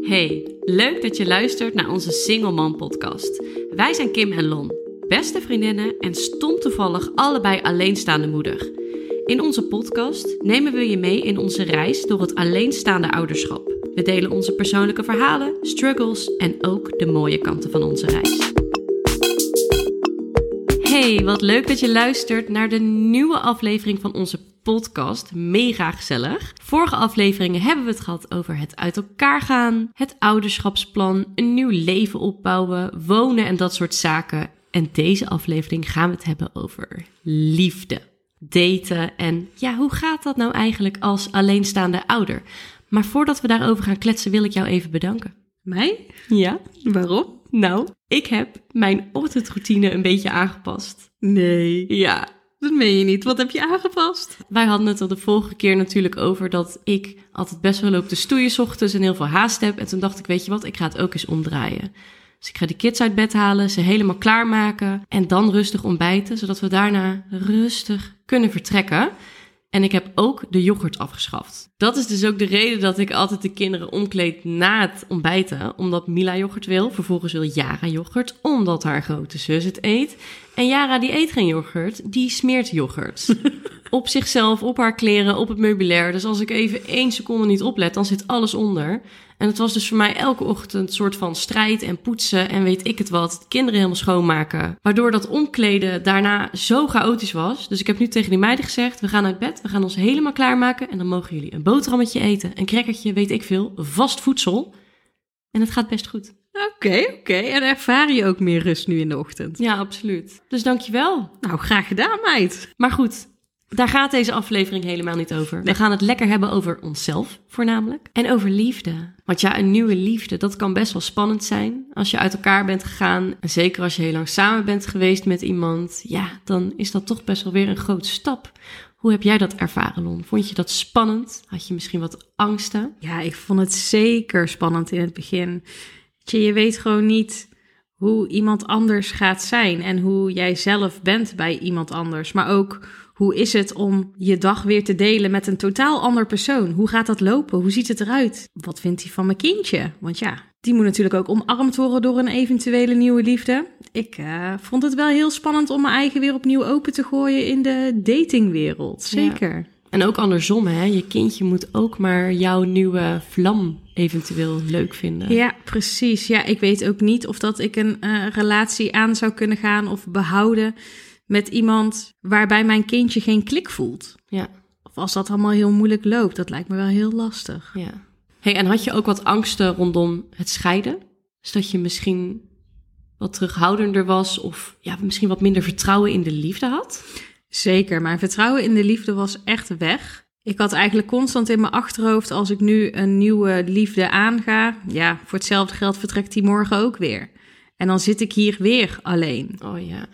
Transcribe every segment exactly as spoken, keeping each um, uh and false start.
Hey, leuk dat je luistert naar onze Single Mom podcast. Wij zijn Kim en Lon, beste vriendinnen en stom toevallig allebei alleenstaande moeder. In onze podcast nemen we je mee in onze reis door het alleenstaande ouderschap. We delen onze persoonlijke verhalen, struggles en ook de mooie kanten van onze reis. Hey, wat leuk dat je luistert naar de nieuwe aflevering van onze podcast. Mega gezellig. Vorige afleveringen hebben we het gehad over het uit elkaar gaan, het ouderschapsplan, een nieuw leven opbouwen, wonen en dat soort zaken. En deze aflevering gaan we het hebben over liefde, daten en ja, hoe gaat dat nou eigenlijk als alleenstaande ouder? Maar voordat we daarover gaan kletsen wil ik jou even bedanken. Mij? Ja. Waarom? Nou, ik heb mijn ochtendroutine een beetje aangepast. Nee. Ja. Dat meen je niet. Wat heb je aangepast? Wij hadden het er de vorige keer natuurlijk over dat ik altijd best wel loop te stoeien 's ochtends en heel veel haast heb. En toen dacht ik, weet je wat, ik ga het ook eens omdraaien. Dus ik ga de kids uit bed halen, ze helemaal klaarmaken en dan rustig ontbijten, zodat we daarna rustig kunnen vertrekken. En ik heb ook de yoghurt afgeschaft. Dat is dus ook de reden dat ik altijd de kinderen omkleed na het ontbijten. Omdat Mila yoghurt wil. Vervolgens wil Yara yoghurt, omdat haar grote zus het eet. En Yara die eet geen yoghurt, die smeert yoghurt. Op zichzelf, op haar kleren, op het meubilair. Dus als ik even één seconde niet oplet, dan zit alles onder. En het was dus voor mij elke ochtend een soort van strijd en poetsen en weet ik het wat. De kinderen helemaal schoonmaken. Waardoor dat omkleden daarna zo chaotisch was. Dus ik heb nu tegen die meiden gezegd, we gaan uit bed, we gaan ons helemaal klaarmaken. En dan mogen jullie een boterhammetje eten, een crackertje, weet ik veel, vast voedsel. En het gaat best goed. Oké, okay, oké. Okay. En ervaar je ook meer rust nu in de ochtend? Ja, absoluut. Dus dankjewel. Nou, graag gedaan, meid. Maar goed, daar gaat deze aflevering helemaal niet over. Nee. We gaan het lekker hebben over onszelf voornamelijk. En over liefde. Want ja, een nieuwe liefde, dat kan best wel spannend zijn. Als je uit elkaar bent gegaan, en zeker als je heel lang samen bent geweest met iemand, ja, dan is dat toch best wel weer een grote stap. Hoe heb jij dat ervaren, Lon? Vond je dat spannend? Had je misschien wat angsten? Ja, ik vond het zeker spannend in het begin. Je weet gewoon niet hoe iemand anders gaat zijn en hoe jij zelf bent bij iemand anders. Maar ook, hoe is het om je dag weer te delen met een totaal ander persoon? Hoe gaat dat lopen? Hoe ziet het eruit? Wat vindt hij van mijn kindje? Want ja, die moet natuurlijk ook omarmd worden door een eventuele nieuwe liefde. Ik uh, vond het wel heel spannend om mijn eigen weer opnieuw open te gooien in de datingwereld. Zeker. Ja. En ook andersom, hè? Je kindje moet ook maar jouw nieuwe vlam eventueel leuk vinden. Ja, precies. Ja, ik weet ook niet of dat ik een uh, relatie aan zou kunnen gaan of behouden met iemand waarbij mijn kindje geen klik voelt. Ja. Of als dat allemaal heel moeilijk loopt, dat lijkt me wel heel lastig. Ja. Hey, en had je ook wat angsten rondom het scheiden? Dus dat je misschien wat terughoudender was of ja, misschien wat minder vertrouwen in de liefde had? Zeker, mijn vertrouwen in de liefde was echt weg. Ik had eigenlijk constant in mijn achterhoofd, als ik nu een nieuwe liefde aanga, ja, voor hetzelfde geld vertrekt die morgen ook weer. En dan zit ik hier weer alleen. Oh ja.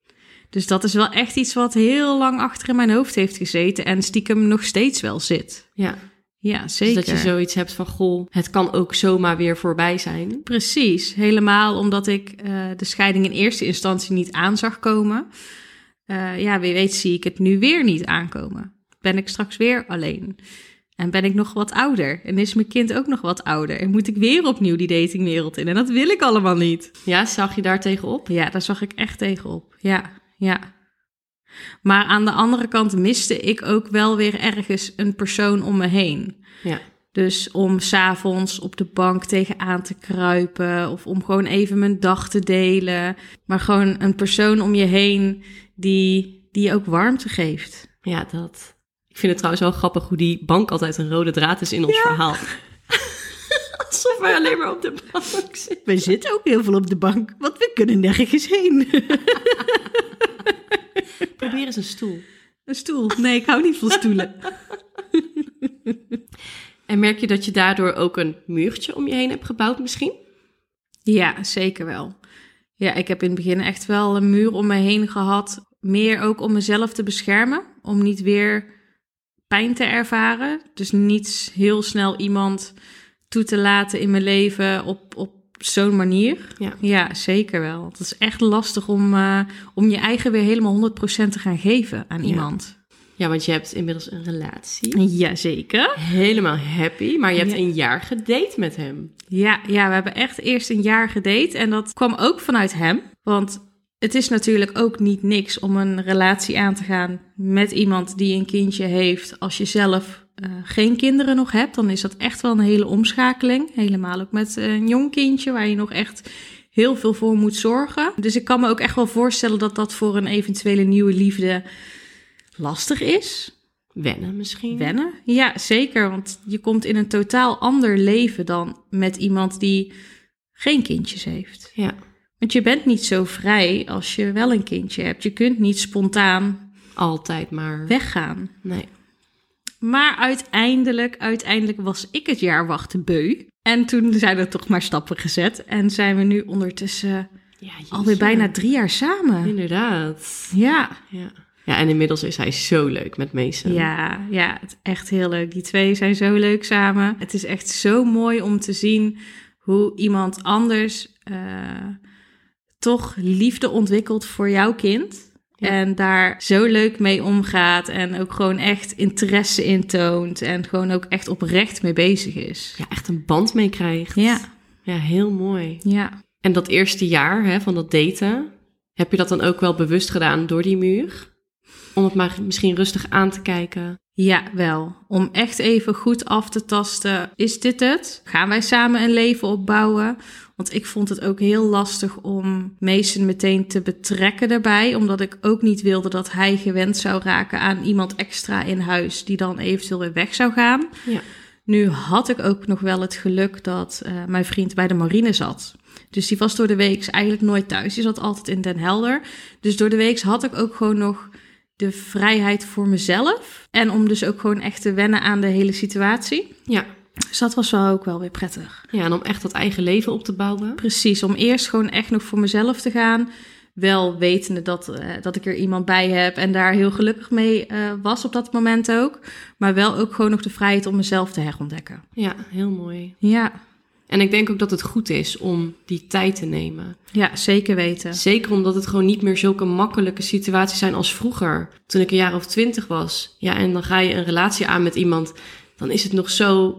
Dus dat is wel echt iets wat heel lang achter in mijn hoofd heeft gezeten en stiekem nog steeds wel zit. Ja. Ja, zeker. Dus dat je zoiets hebt van, goh, het kan ook zomaar weer voorbij zijn. Precies, helemaal omdat ik uh, de scheiding in eerste instantie niet aan zag komen. Uh, ja, wie weet zie ik het nu weer niet aankomen. Ben ik straks weer alleen? En ben ik nog wat ouder? En is mijn kind ook nog wat ouder? En moet ik weer opnieuw die datingwereld in? En dat wil ik allemaal niet. Ja, zag je daar tegenop? Ja, daar zag ik echt tegenop. Ja, ja. Maar aan de andere kant miste ik ook wel weer ergens een persoon om me heen. Ja. Dus om 's avonds op de bank tegenaan te kruipen of om gewoon even mijn dag te delen. Maar gewoon een persoon om je heen die, die je ook warmte geeft. Ja, dat. Ik vind het trouwens wel grappig hoe die bank altijd een rode draad is in ons ja. verhaal. Alsof wij alleen maar op de bank zitten. Wij zitten ook heel veel op de bank, want we kunnen nergens heen. Probeer eens een stoel. Een stoel? Nee, ik hou niet van stoelen. En merk je dat je daardoor ook een muurtje om je heen hebt gebouwd misschien? Ja, zeker wel. Ja, ik heb in het begin echt wel een muur om me heen gehad. Meer ook om mezelf te beschermen. Om niet weer pijn te ervaren. Dus niet heel snel iemand toe te laten in mijn leven op, op zo'n manier. Ja. Ja, zeker wel. Het is echt lastig om, uh, om je eigen weer helemaal honderd procent te gaan geven aan ja. iemand. Ja, want je hebt inmiddels een relatie. Jazeker. Helemaal happy, maar je hebt Ja. een jaar gedate met hem. Ja, ja, we hebben echt eerst een jaar gedate en dat kwam ook vanuit hem. Want het is natuurlijk ook niet niks om een relatie aan te gaan met iemand die een kindje heeft. Als je zelf uh, geen kinderen nog hebt, dan is dat echt wel een hele omschakeling. Helemaal ook met een jong kindje waar je nog echt heel veel voor moet zorgen. Dus ik kan me ook echt wel voorstellen dat dat voor een eventuele nieuwe liefde lastig is. Wennen misschien. Wennen? Ja, zeker. Want je komt in een totaal ander leven dan met iemand die geen kindjes heeft. Ja. Want je bent niet zo vrij als je wel een kindje hebt. Je kunt niet spontaan Altijd maar. weggaan. Nee. Maar uiteindelijk, uiteindelijk was ik het jaar wachten beu. En toen zijn er toch maar stappen gezet. En zijn we nu ondertussen Ja, alweer bijna drie jaar samen. Inderdaad. Ja. Ja. Ja, en inmiddels is hij zo leuk met Mason. Ja, ja, het is echt heel leuk. Die twee zijn zo leuk samen. Het is echt zo mooi om te zien hoe iemand anders uh, toch liefde ontwikkelt voor jouw kind. Ja. En daar zo leuk mee omgaat en ook gewoon echt interesse in toont. En gewoon ook echt oprecht mee bezig is. Ja, echt een band mee krijgt. Ja. Ja, heel mooi. Ja. En dat eerste jaar hè, van dat daten, heb je dat dan ook wel bewust gedaan door die muur? Om het maar misschien rustig aan te kijken. Ja, wel. Om echt even goed af te tasten. Is dit het? Gaan wij samen een leven opbouwen? Want ik vond het ook heel lastig om Mason meteen te betrekken daarbij. Omdat ik ook niet wilde dat hij gewend zou raken aan iemand extra in huis. Die dan eventueel weer weg zou gaan. Ja. Nu had ik ook nog wel het geluk dat uh, mijn vriend bij de marine zat. Dus die was door de week eigenlijk nooit thuis. Die zat altijd in Den Helder. Dus door de week had ik ook gewoon nog de vrijheid voor mezelf. En om dus ook gewoon echt te wennen aan de hele situatie. Ja. Dus dat was wel ook wel weer prettig. Ja, en om echt dat eigen leven op te bouwen. Precies, om eerst gewoon echt nog voor mezelf te gaan. Wel wetende dat, uh, dat ik er iemand bij heb en daar heel gelukkig mee uh, was op dat moment ook. Maar wel ook gewoon nog de vrijheid om mezelf te herontdekken. Ja, heel mooi. Ja. En ik denk ook dat het goed is om die tijd te nemen. Ja, zeker weten. Zeker omdat het gewoon niet meer zulke makkelijke situaties zijn als vroeger. Toen ik een jaar of twintig was. Ja, en dan ga je een relatie aan met iemand. Dan is het nog zo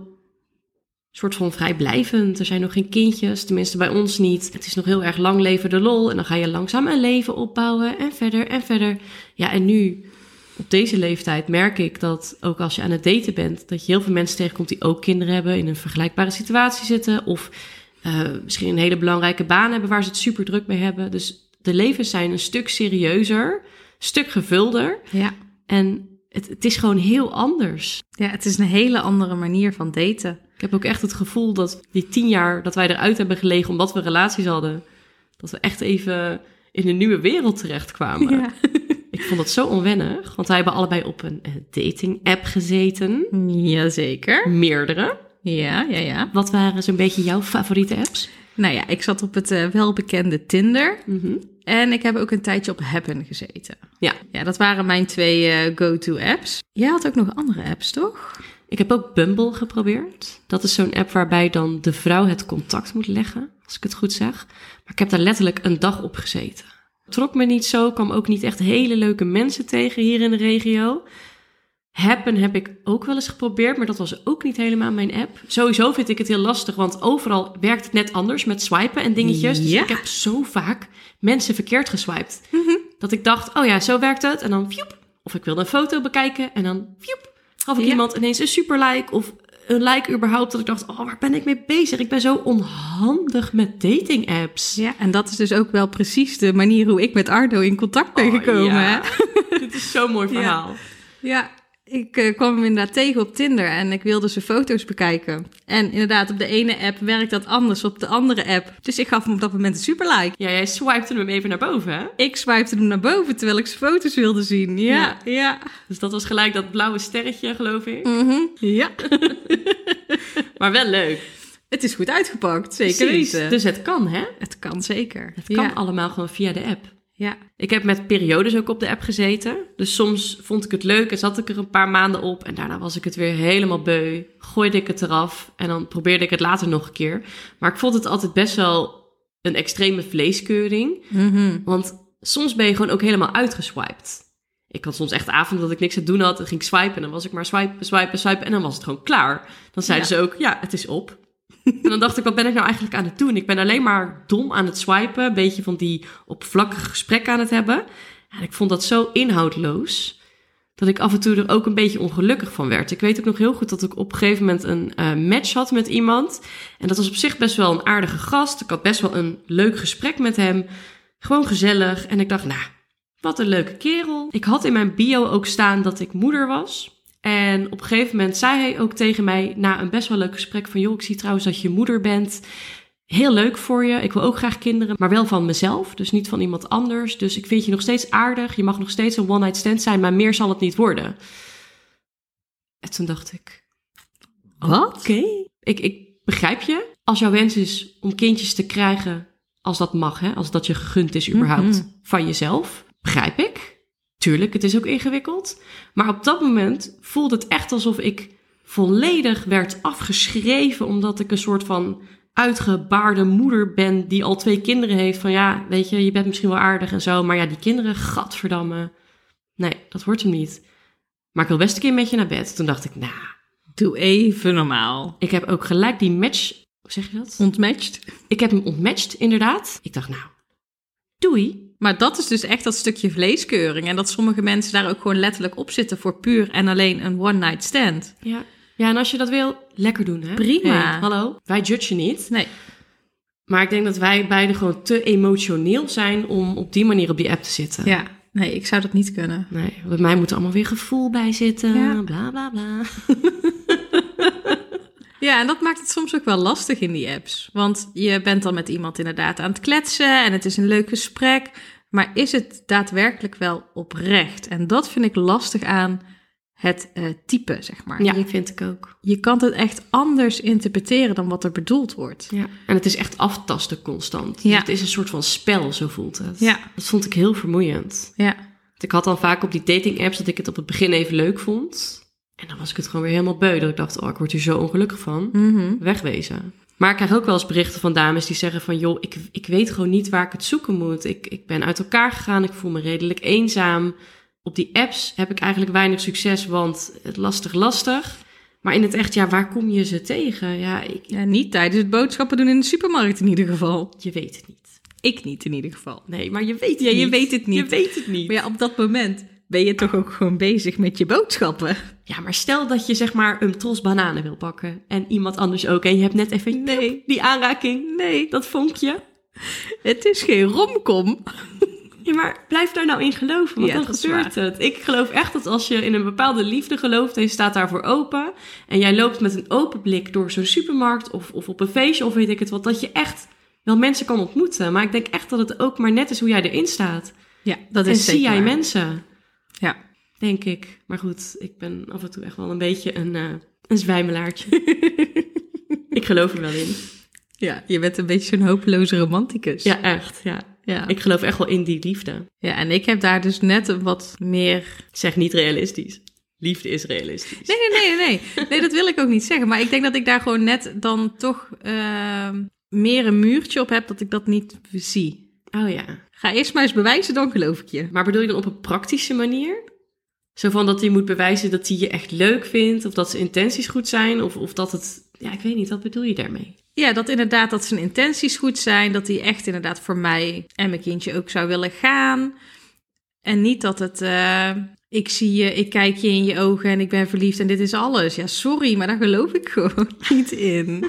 soort van vrijblijvend. Er zijn nog geen kindjes, tenminste bij ons niet. Het is nog heel erg lang leven de lol. En dan ga je langzaam een leven opbouwen en verder en verder. Ja, en nu op deze leeftijd merk ik dat ook als je aan het daten bent, dat je heel veel mensen tegenkomt die ook kinderen hebben, in een vergelijkbare situatie zitten. Of uh, misschien een hele belangrijke baan hebben waar ze het super druk mee hebben. Dus de levens zijn een stuk serieuzer, een stuk gevulder. Ja. En het, het is gewoon heel anders. Ja, het is een hele andere manier van daten. Ik heb ook echt het gevoel dat die tien jaar dat wij eruit hebben gelegen omdat we relaties hadden, dat we echt even in een nieuwe wereld terechtkwamen. Ja. Ik vond dat zo onwennig, want wij hebben allebei op een dating-app gezeten. Jazeker. Meerdere. Ja, ja, ja. Wat waren zo'n beetje jouw favoriete apps? Nou ja, ik zat op het uh, welbekende Tinder. Mm-hmm. En ik heb ook een tijdje op Happn gezeten. Ja. Ja, dat waren mijn twee uh, go-to apps. Jij had ook nog andere apps, toch? Ik heb ook Bumble geprobeerd. Dat is zo'n app waarbij dan de vrouw het contact moet leggen, als ik het goed zeg. Maar ik heb daar letterlijk een dag op gezeten. Trok me niet zo, kwam ook niet echt hele leuke mensen tegen hier in de regio. Happn heb ik ook wel eens geprobeerd, maar dat was ook niet helemaal mijn app. Sowieso vind ik het heel lastig, want overal werkt het net anders met swipen en dingetjes. Ja. Dus ik heb zo vaak mensen verkeerd geswiped. Mm-hmm. Dat ik dacht, oh ja, zo werkt het. En dan fjoep. Of ik wilde een foto bekijken en dan fjoep. Gaf ik Ja. iemand ineens een super like of een like überhaupt. Dat ik dacht, oh, waar ben ik mee bezig? Ik ben zo onhandig met dating apps. Ja, en dat is dus ook wel precies de manier hoe ik met Ardo in contact ben Oh, gekomen. ja. Hè? Dit is zo'n mooi verhaal. Ja, ik uh, kwam hem inderdaad tegen op Tinder en ik wilde zijn foto's bekijken. En inderdaad, op de ene app werkt dat anders, op de andere app. Dus ik gaf hem op dat moment een super like. Ja, jij swipte hem even naar boven, hè? Ik swipte hem naar boven terwijl ik zijn foto's wilde zien. Ja, ja. ja. Dus dat was gelijk dat blauwe sterretje, geloof ik. Mm-hmm. Ja. Maar wel leuk. Het is goed uitgepakt, zeker Precies. weten. Dus het kan, hè? Het kan zeker. Het kan ja. allemaal gewoon via de app. Ja. Ik heb met periodes ook op de app gezeten. Dus soms vond ik het leuk en zat ik er een paar maanden op. En daarna was ik het weer helemaal beu. Gooide ik het eraf. En dan probeerde ik het later nog een keer. Maar ik vond het altijd best wel een extreme vleeskeuring. Mm-hmm. Want soms ben je gewoon ook helemaal uitgeswiped. Ik had soms echt avonden dat ik niks te doen had en ging swipen. En dan was ik maar swipen, swipen, swipen en dan was het gewoon klaar. Dan zeiden Ja. ze ook, ja, het is op. En dan dacht ik, wat ben ik nou eigenlijk aan het doen? Ik ben alleen maar dom aan het swipen. Een beetje van die oppervlakkige gesprekken aan het hebben. En ik vond dat zo inhoudloos, dat ik af en toe er ook een beetje ongelukkig van werd. Ik weet ook nog heel goed dat ik op een gegeven moment een uh, match had met iemand. En dat was op zich best wel een aardige gast. Ik had best wel een leuk gesprek met hem. Gewoon gezellig. En ik dacht, nou, wat een leuke kerel. Ik had in mijn bio ook staan dat ik moeder was. En op een gegeven moment zei hij ook tegen mij, na een best wel leuk gesprek, van joh, ik zie trouwens dat je moeder bent. Heel leuk voor je. Ik wil ook graag kinderen, maar wel van mezelf. Dus niet van iemand anders. Dus ik vind je nog steeds aardig. Je mag nog steeds een one-night stand zijn, maar meer zal het niet worden. En toen dacht ik, Wat? oké. Okay. Ik, ik begrijp je. Als jouw wens is om kindjes te krijgen, als dat mag, hè, als dat je gegund is überhaupt, Mm-hmm. van jezelf, begrijp ik. Tuurlijk, het is ook ingewikkeld. Maar op dat moment voelde het echt alsof ik volledig werd afgeschreven, omdat ik een soort van uitgebaarde moeder ben die al twee kinderen heeft. Van ja, weet je, je bent misschien wel aardig en zo, maar ja, die kinderen, gadverdamme. Nee, dat wordt hem niet. Maar ik wil best een keer met je naar bed. Toen dacht ik, nou, Doe even normaal. ik heb ook gelijk die match, hoe zeg je dat? Ontmatcht. Ik heb hem ontmatcht, inderdaad. Ik dacht, nou, doei. Maar dat is dus echt dat stukje vleeskeuring. En dat sommige mensen daar ook gewoon letterlijk op zitten voor puur en alleen een one-night stand. Ja. Ja, en als je dat wil, lekker doen, hè? Prima. Hey, hallo, wij judgen niet. Nee. Maar ik denk dat wij beiden gewoon te emotioneel zijn om op die manier op die app te zitten. Ja, nee, ik zou dat niet kunnen. Nee, bij mij moet er allemaal weer gevoel bij zitten. Ja. Bla, bla, bla. Ja, en dat maakt het soms ook wel lastig in die apps. Want je bent dan met iemand inderdaad aan het kletsen en het is een leuk gesprek. Maar is het daadwerkelijk wel oprecht? En dat vind ik lastig aan het uh, type, zeg maar. Ja, je, vind ik ook. je kan het echt anders interpreteren dan wat er bedoeld wordt. Ja. En het is echt aftasten constant. Ja. Dus het is een soort van spel, zo voelt het. Ja. Dat vond ik heel vermoeiend. Ja. Ik had dan vaak op die dating apps dat ik het op het begin even leuk vond. En dan was ik het gewoon weer helemaal beu. Dat ik dacht, oh, ik word hier zo ongelukkig van. Mm-hmm. Wegwezen. Maar ik krijg ook wel eens berichten van dames die zeggen van, joh, ik, ik weet gewoon niet waar ik het zoeken moet. Ik, ik ben uit elkaar gegaan, ik voel me redelijk eenzaam. Op die apps heb ik eigenlijk weinig succes, want het lastig, lastig. Maar in het echt, ja, waar kom je ze tegen? Ja, ik, Ja, niet tijdens het boodschappen doen in de supermarkt in ieder geval. je weet het niet. Ik niet in ieder geval. Nee, maar je weet het Ja, niet. je weet het niet. Je weet het niet. Maar ja, op dat moment ben je toch ook gewoon bezig met je boodschappen. Ja, maar stel dat je zeg maar een tros bananen wil pakken en iemand anders ook. En je hebt net even Nee. die aanraking. Nee, dat vonkje. Het is geen romcom. Ja, maar blijf daar nou in geloven, want Ja, dan dat is gebeurt het. Ik geloof echt dat als je in een bepaalde liefde gelooft en je staat daarvoor open en jij loopt met een open blik door zo'n supermarkt of, of op een feestje of weet ik het wat, dat je echt wel mensen kan ontmoeten. Maar ik denk echt dat het ook maar net is hoe jij erin staat. Ja, dat En is zie jij waar. mensen, Ja. denk ik. Maar goed, ik ben af en toe echt wel een beetje een, uh, een zwijmelaartje. Ik geloof er wel in. Ja, je bent een beetje zo'n hopeloze romanticus. Ja, echt, ja. Ja. Ik geloof echt wel in die liefde. ja, en ik heb daar dus net een wat meer... Zeg niet realistisch. Liefde is realistisch. Nee, nee, nee, nee. Nee, dat wil ik ook niet zeggen. Maar ik denk dat ik daar gewoon net dan toch uh, meer een muurtje op heb dat ik dat niet zie. Oh ja. Ga eerst maar eens bewijzen, dan geloof ik je. Maar bedoel je dan op een praktische manier? Zo van dat hij moet bewijzen dat hij je echt leuk vindt, of dat zijn intenties goed zijn, of, of dat het... Ja, ik weet niet, wat bedoel je daarmee? Ja, dat inderdaad dat zijn intenties goed zijn, dat hij echt inderdaad voor mij en mijn kindje ook zou willen gaan. En niet dat het, uh, ik zie je, ik kijk je in je ogen en ik ben verliefd en dit is alles. Ja, sorry, maar daar geloof ik gewoon niet in.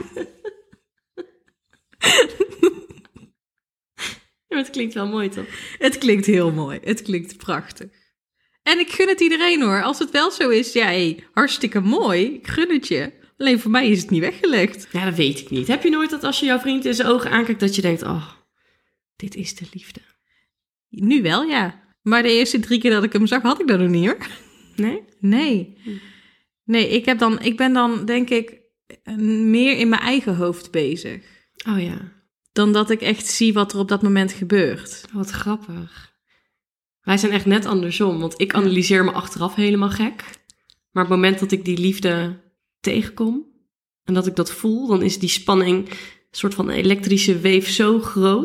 Ja, het klinkt wel mooi, toch? Het klinkt heel mooi, het klinkt prachtig. En ik gun het iedereen hoor. Als het wel zo is, ja, hey, hartstikke mooi, ik gun het je. Alleen voor mij is het niet weggelegd. Ja, dat weet ik niet. Heb je nooit dat als je jouw vriend in zijn ogen aankijkt, dat je denkt, oh, dit is de liefde? Nu wel, ja. Maar de eerste drie keer dat ik hem zag, had ik dat nog niet hoor. Nee? Nee. Nee, ik, heb dan, ik ben dan denk ik meer in mijn eigen hoofd bezig. Oh ja. Dan dat ik echt zie wat er op dat moment gebeurt. Wat grappig. Wij zijn echt net andersom, want ik analyseer me achteraf helemaal gek. Maar op het moment dat ik die liefde tegenkom en dat ik dat voel, dan is die spanning, een soort van elektrische weef, zo groot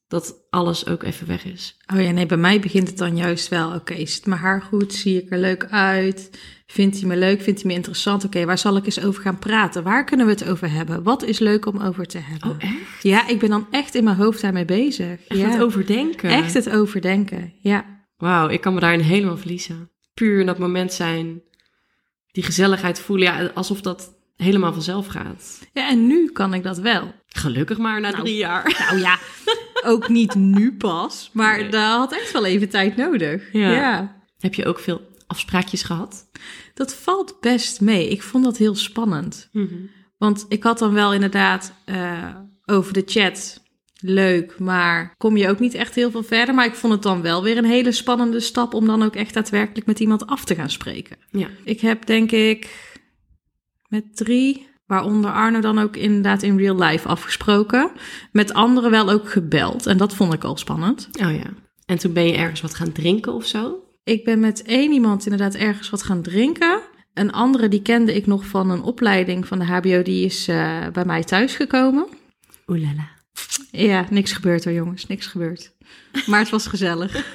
dat alles ook even weg is. Oh ja, nee, bij mij begint het dan juist wel. Oké, okay, zit mijn haar goed? Zie ik er leuk uit? Vindt hij me leuk? Vindt hij me interessant? Oké, okay, waar zal ik eens over gaan praten? Waar kunnen we het over hebben? Wat is leuk om over te hebben? Oh, echt? Ja, ik ben dan echt in mijn hoofd daarmee bezig. Echt ja. het overdenken? Echt het overdenken, ja. Wauw, ik kan me daarin helemaal verliezen. Puur in dat moment zijn, die gezelligheid voelen, ja, alsof dat helemaal vanzelf gaat. Ja, en nu kan ik dat wel. Gelukkig maar na nou, drie jaar. Nou ja, ook niet nu pas, maar nee. dat had echt wel even tijd nodig. Ja. ja. Heb je ook veel afspraakjes gehad? Dat valt best mee. Ik vond dat heel spannend. Mm-hmm. Want ik had dan wel inderdaad uh, over de chat, leuk, maar kom je ook niet echt heel veel verder. Maar ik vond het dan wel weer een hele spannende stap om dan ook echt daadwerkelijk met iemand af te gaan spreken. Ja. Ik heb denk ik met drie, waaronder Arno dan ook inderdaad in real life afgesproken. Met anderen wel ook gebeld en dat vond ik al spannend. Oh ja. En toen ben je ergens wat gaan drinken of zo? Ik ben met één iemand inderdaad ergens wat gaan drinken. Een andere die kende ik nog van een opleiding van de H B O, die is uh, bij mij thuisgekomen. Oelala. Ja, niks gebeurd hoor jongens, niks gebeurd. Maar het was gezellig.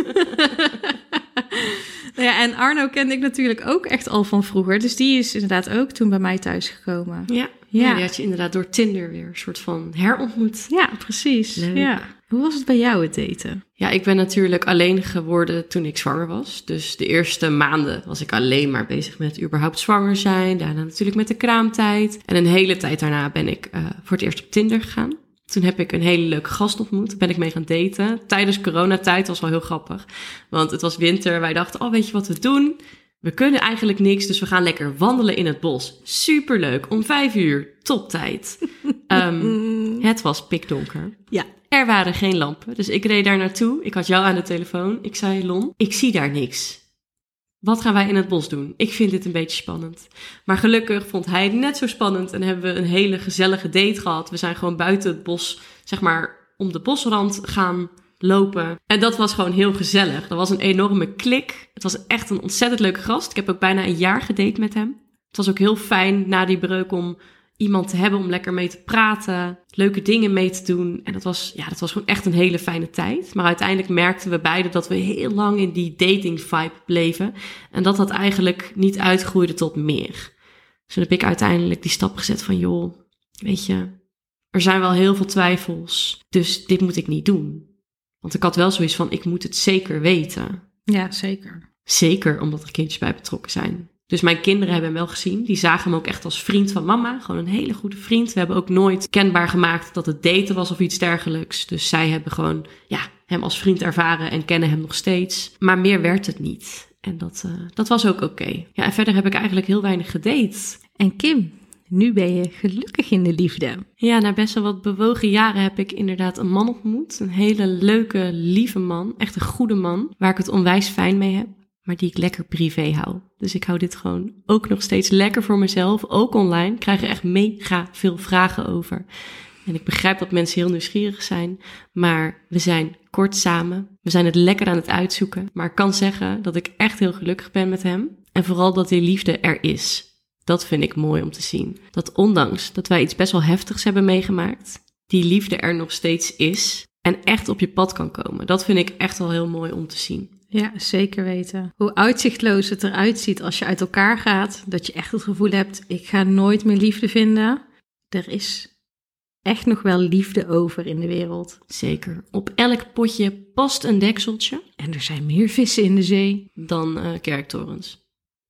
Nou ja, en Arno kende ik natuurlijk ook echt al van vroeger. Dus die is inderdaad ook toen bij mij thuisgekomen. Ja, ja. ja die had je inderdaad door Tinder weer een soort van herontmoet. Ja, precies. Leuk. Ja. Hoe was het bij jou het daten? Ja, ik ben natuurlijk alleen geworden toen ik zwanger was. Dus de eerste maanden was ik alleen maar bezig met überhaupt zwanger zijn. Daarna natuurlijk met de kraamtijd. En een hele tijd daarna ben ik uh, voor het eerst op Tinder gegaan. Toen heb ik een hele leuke gast ontmoet. Daar ben ik mee gaan daten. Tijdens coronatijd was wel heel grappig. Want het was winter. Wij dachten, oh weet je wat we doen? We kunnen eigenlijk niks, dus we gaan lekker wandelen in het bos. Superleuk. Om vijf uur. Toptijd. Um, het was pikdonker. Ja. Er waren geen lampen. Dus ik reed daar naartoe. Ik had jou aan de telefoon. Ik zei, Lon, ik zie daar niks. Wat gaan wij in het bos doen? Ik vind dit een beetje spannend. Maar gelukkig vond hij het net zo spannend en hebben we een hele gezellige date gehad. We zijn gewoon buiten het bos, zeg maar, om de bosrand gaan lopen. En dat was gewoon heel gezellig. Dat was een enorme klik. Het was echt een ontzettend leuke gast. Ik heb ook bijna een jaar gedate met hem. Het was ook heel fijn na die breuk om iemand te hebben om lekker mee te praten, leuke dingen mee te doen. En dat was, ja, dat was gewoon echt een hele fijne tijd. Maar uiteindelijk merkten we beiden dat we heel lang in die dating vibe bleven. En dat dat eigenlijk niet uitgroeide tot meer. Dus toen heb ik uiteindelijk die stap gezet van, joh, weet je, er zijn wel heel veel twijfels. Dus dit moet ik niet doen. Want ik had wel zoiets van, ik moet het zeker weten. Ja, zeker. Zeker omdat er kindjes bij betrokken zijn. Dus mijn kinderen hebben hem wel gezien. Die zagen hem ook echt als vriend van mama. Gewoon een hele goede vriend. We hebben ook nooit kenbaar gemaakt dat het daten was of iets dergelijks. Dus zij hebben gewoon ja, hem als vriend ervaren en kennen hem nog steeds. Maar meer werd het niet. En dat, uh, dat was ook oké. Okay. Ja, en verder heb ik eigenlijk heel weinig gedate. En Kim, nu ben je gelukkig in de liefde. Ja, na best wel wat bewogen jaren heb ik inderdaad een man ontmoet. Een hele leuke, lieve man. Echt een goede man. Waar ik het onwijs fijn mee heb. Maar die ik lekker privé hou. Dus ik hou dit gewoon ook nog steeds lekker voor mezelf. Ook online. Ik krijg er echt mega veel vragen over. En ik begrijp dat mensen heel nieuwsgierig zijn. Maar we zijn kort samen. We zijn het lekker aan het uitzoeken. Maar ik kan zeggen dat ik echt heel gelukkig ben met hem. En vooral dat die liefde er is. Dat vind ik mooi om te zien. Dat ondanks dat wij iets best wel heftigs hebben meegemaakt, die liefde er nog steeds is. En echt op je pad kan komen. Dat vind ik echt wel heel mooi om te zien. Ja, zeker weten. Hoe uitzichtloos het eruit ziet als je uit elkaar gaat. Dat je echt het gevoel hebt, ik ga nooit meer liefde vinden. Er is echt nog wel liefde over in de wereld. Zeker. Op elk potje past een dekseltje. En er zijn meer vissen in de zee dan uh, kerktorens.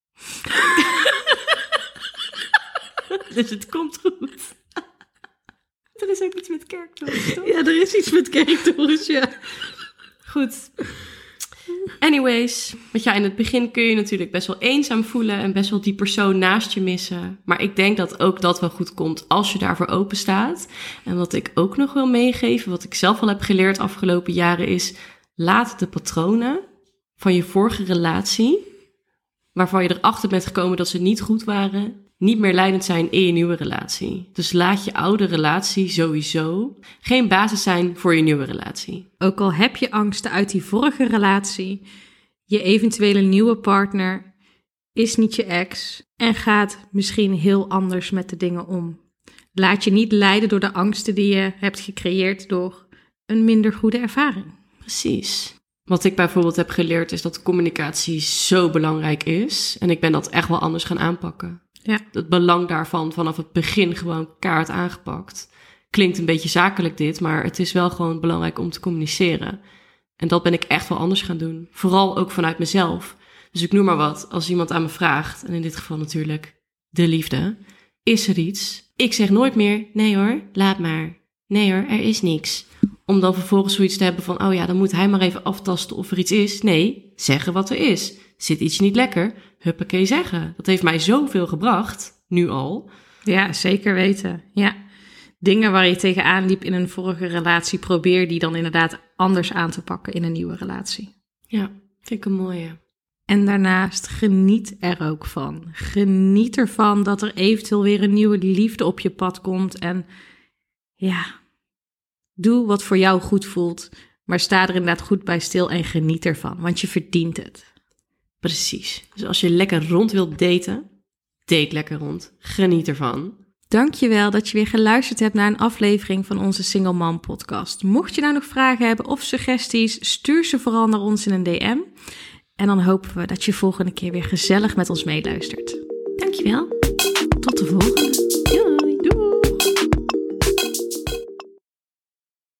Dus het komt goed. Er is ook iets met kerktorens, toch? Ja, er is iets met kerktorens, ja. Goed. Anyways, want ja, in het begin kun je natuurlijk best wel eenzaam voelen en best wel die persoon naast je missen. Maar ik denk dat ook dat wel goed komt als je daarvoor open staat. En wat ik ook nog wil meegeven, wat ik zelf al heb geleerd afgelopen jaren is, laat de patronen van je vorige relatie, waarvan je erachter bent gekomen dat ze niet goed waren, niet meer leidend zijn in je nieuwe relatie. Dus laat je oude relatie sowieso geen basis zijn voor je nieuwe relatie. Ook al heb je angsten uit die vorige relatie, je eventuele nieuwe partner is niet je ex en gaat misschien heel anders met de dingen om. Laat je niet leiden door de angsten die je hebt gecreëerd door een minder goede ervaring. Precies. Wat ik bijvoorbeeld heb geleerd is dat communicatie zo belangrijk is. En ik ben dat echt wel anders gaan aanpakken. Ja. Het belang daarvan vanaf het begin gewoon kaart aangepakt. Klinkt een beetje zakelijk dit, maar het is wel gewoon belangrijk om te communiceren. En dat ben ik echt wel anders gaan doen. Vooral ook vanuit mezelf. Dus ik noem maar wat, als iemand aan me vraagt, en in dit geval natuurlijk de liefde, is er iets? Ik zeg nooit meer, nee hoor, laat maar. Nee hoor, er is niks. Om dan vervolgens zoiets te hebben van, oh ja, dan moet hij maar even aftasten of er iets is. Nee, zeggen wat er is. Zit iets niet lekker? Huppakee zeggen. Dat heeft mij zoveel gebracht, nu al. Ja, zeker weten. Ja. Dingen waar je tegenaan liep in een vorige relatie, probeer die dan inderdaad anders aan te pakken in een nieuwe relatie. Ja, vind ik een mooie. En daarnaast geniet er ook van. Geniet ervan dat er eventueel weer een nieuwe liefde op je pad komt. En ja, doe wat voor jou goed voelt. Maar sta er inderdaad goed bij stil en geniet ervan. Want je verdient het. Precies. Dus als je lekker rond wilt daten, date lekker rond. Geniet ervan. Dankjewel dat je weer geluisterd hebt naar een aflevering van onze Single Mom podcast. Mocht je nou nog vragen hebben of suggesties, stuur ze vooral naar ons in een D M. En dan hopen we dat je volgende keer weer gezellig met ons meeluistert. Dankjewel. Tot de volgende.